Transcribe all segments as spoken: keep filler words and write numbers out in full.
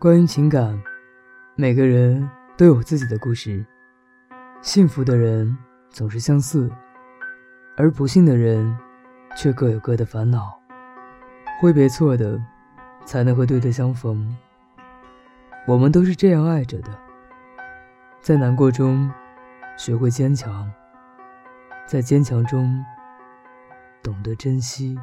关于情感，每个人都有自己的故事。幸福的人总是相似，而不幸的人却各有各的烦恼。挥别错的，才能和对的相逢。我们都是这样爱着的，在难过中学会坚强，在坚强中懂得珍惜。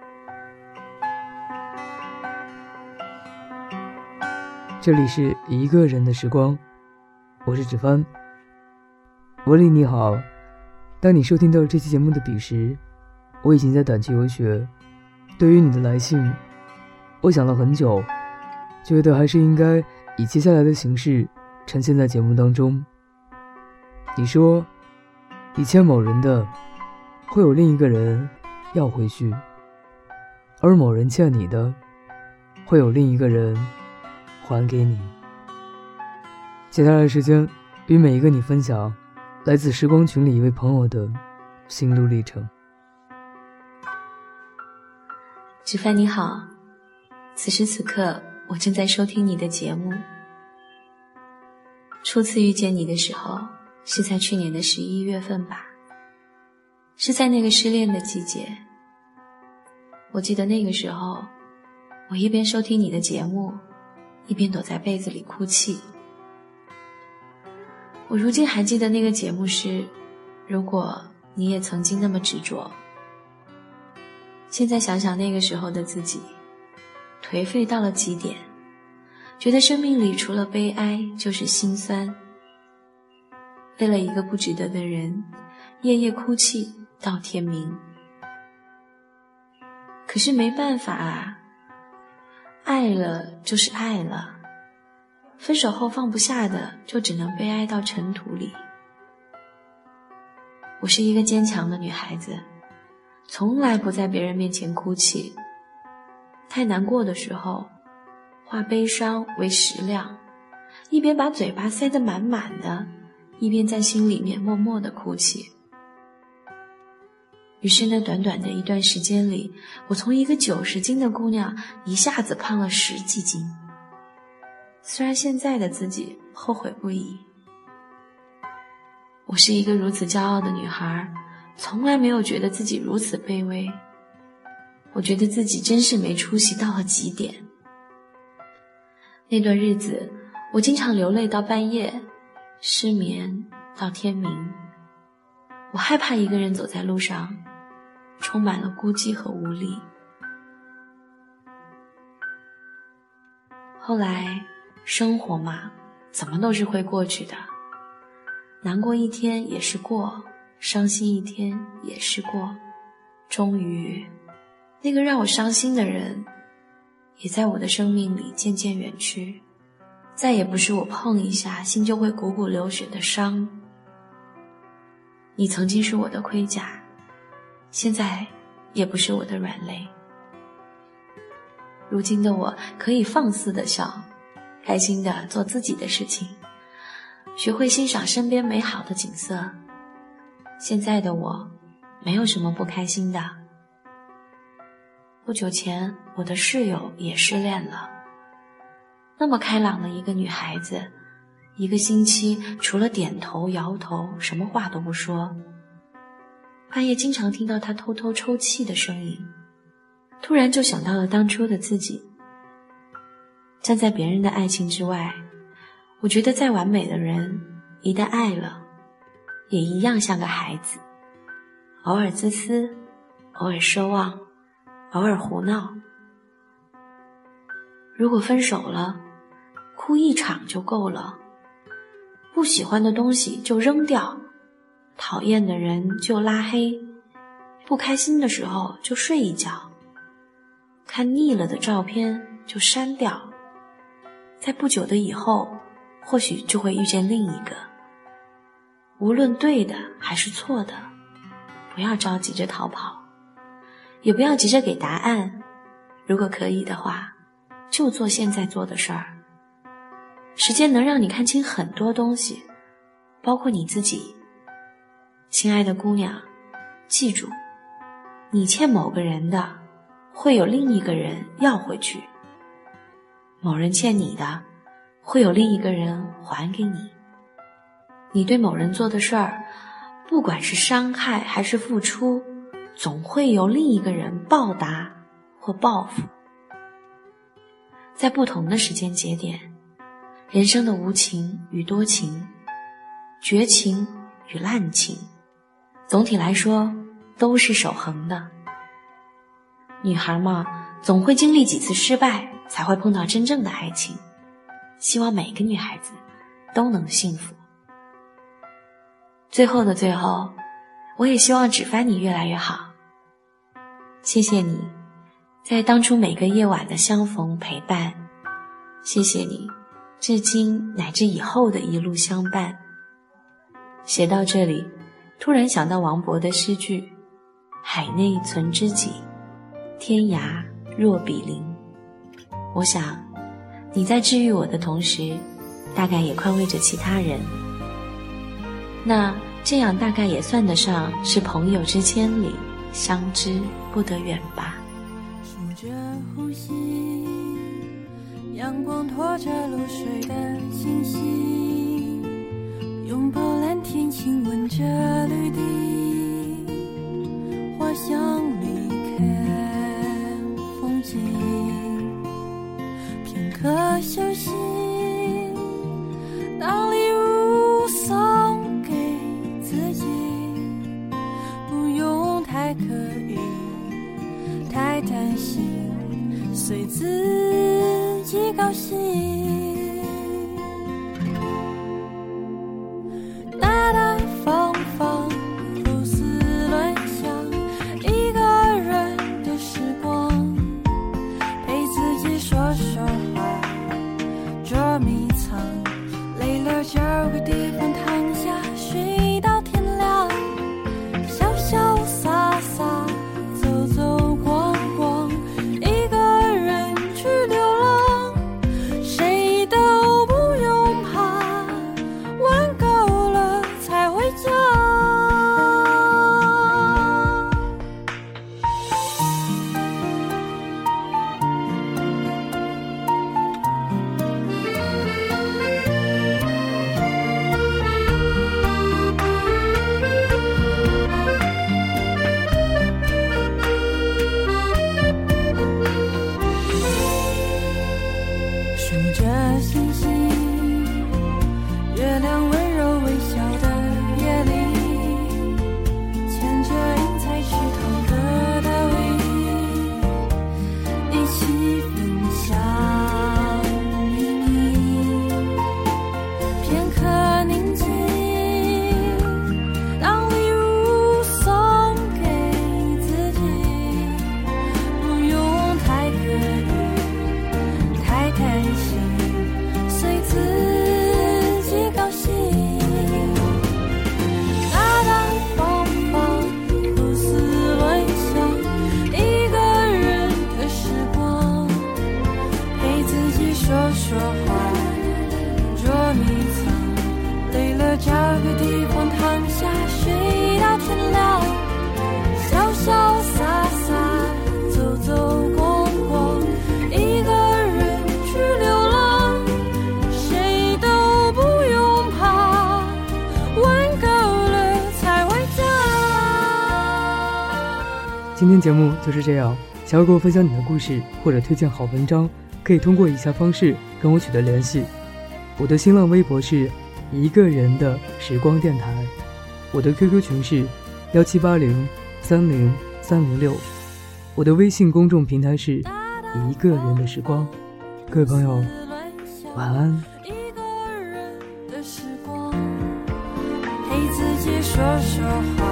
这里是一个人的时光，我是芷帆。文丽你好，当你收听到这期节目的彼时，我已经在掸去有雪。对于你的来信，我想了很久，觉得还是应该以接下来的形式呈现在节目当中。你说你欠某人的，会有另一个人要回去，而某人欠你的，会有另一个人还给你。接下来的时间与每一个你分享来自时光群里一位朋友的心路历程。 芷帆你好，此时此刻我正在收听你的节目。初次遇见你的时候是在去年的十一月份吧，是在那个失恋的季节。我记得那个时候我一边收听你的节目，一边躲在被子里哭泣。我如今还记得那个节目是如果你也曾经那么执着。现在想想那个时候的自己，颓废到了极点，觉得生命里除了悲哀就是心酸。为了一个不值得的人，夜夜哭泣到天明。可是没办法啊，爱了就是爱了，分手后放不下的就只能悲哀到尘土里。我是一个坚强的女孩子，从来不在别人面前哭泣。太难过的时候，化悲伤为食量，一边把嘴巴塞得满满的，一边在心里面默默地哭泣。于是那短短的一段时间里，我从一个九十斤的姑娘一下子胖了十几斤。虽然现在的自己后悔不已。我是一个如此骄傲的女孩，从来没有觉得自己如此卑微。我觉得自己真是没出息到了极点。那段日子，我经常流泪到半夜，失眠到天明。我害怕一个人走在路上，充满了孤寂和无力。后来，生活嘛，怎么都是会过去的。难过一天也是过，伤心一天也是过。终于，那个让我伤心的人，也在我的生命里渐渐远去，再也不是我碰一下心就会汩汩流血的伤。你曾经是我的盔甲，现在也不是我的软肋。如今的我可以放肆地笑，开心地做自己的事情，学会欣赏身边美好的景色。现在的我没有什么不开心的。不久前，我的室友也失恋了。那么开朗的一个女孩子，一个星期除了点头摇头，什么话都不说。半夜经常听到她偷偷抽泣的声音，突然就想到了当初的自己。站在别人的爱情之外，我觉得再完美的人，一旦爱了，也一样像个孩子，偶尔自私，偶尔奢望，偶尔胡闹。如果分手了，哭一场就够了，不喜欢的东西就扔掉，讨厌的人就拉黑，不开心的时候就睡一觉，看腻了的照片就删掉。在不久的以后，或许就会遇见另一个。无论对的还是错的，不要着急着逃跑，也不要急着给答案。如果可以的话，就做现在做的事儿。时间能让你看清很多东西，包括你自己。亲爱的姑娘，记住，你欠某个人的，会有另一个人要回去。某人欠你的， 会有另一个人还给你。你对某人做的事儿，不管是伤害还是付出，总会由另一个人报答或报复。在不同的时间节点，人生的无情与多情，绝情与滥情，总体来说都是守恒的。女孩嘛，总会经历几次失败，才会碰到真正的爱情。希望每个女孩子都能幸福。最后的最后，我也希望芷帆你越来越好。谢谢你在当初每个夜晚的相逢陪伴，谢谢你至今乃至以后的一路相伴。写到这里，突然想到王勃的诗句：海内存知己，天涯若比邻。我想你在治愈我的同时，大概也宽慰着其他人。那这样大概也算得上是朋友之千里，相知不得远吧。 数着呼吸，阳光拖着露水的星星，拥抱蓝天，亲吻着绿地，花香里看风景，片刻休息，当礼物送给自己，不用太刻意太担心，随自己高兴。大大方方胡思乱想，一个人的时光，陪自己说说话，捉迷藏，累了找个地方躺下，睡到天亮，潇潇洒洒走走逛逛，一个人去流浪，谁都不用怕，玩够了才回家。数着星星，月亮温柔微笑的夜里，牵着云彩吃透的大卫，一起分享秘密，片刻宁静，当礼物送给自己，不用太刻意太贪心，随自己高兴。大大方方胡思乱想，一个人的时光，陪自己说说话，捉迷藏，累了找个地方躺下，睡到天亮，潇潇洒洒走走逛逛，一个人去流浪，谁都不用怕，玩够了才回家。 今天节目就是这样，想要跟我分享你的故事或者推荐好文章，可以通过以下方式跟我取得联系。我的新浪微博是一个人的时光电台，我的 Q Q 群是幺七八零三零三零六，我的微信公众平台是一个人的时光。各位朋友，晚安。 一个人的时光，陪自己说说话，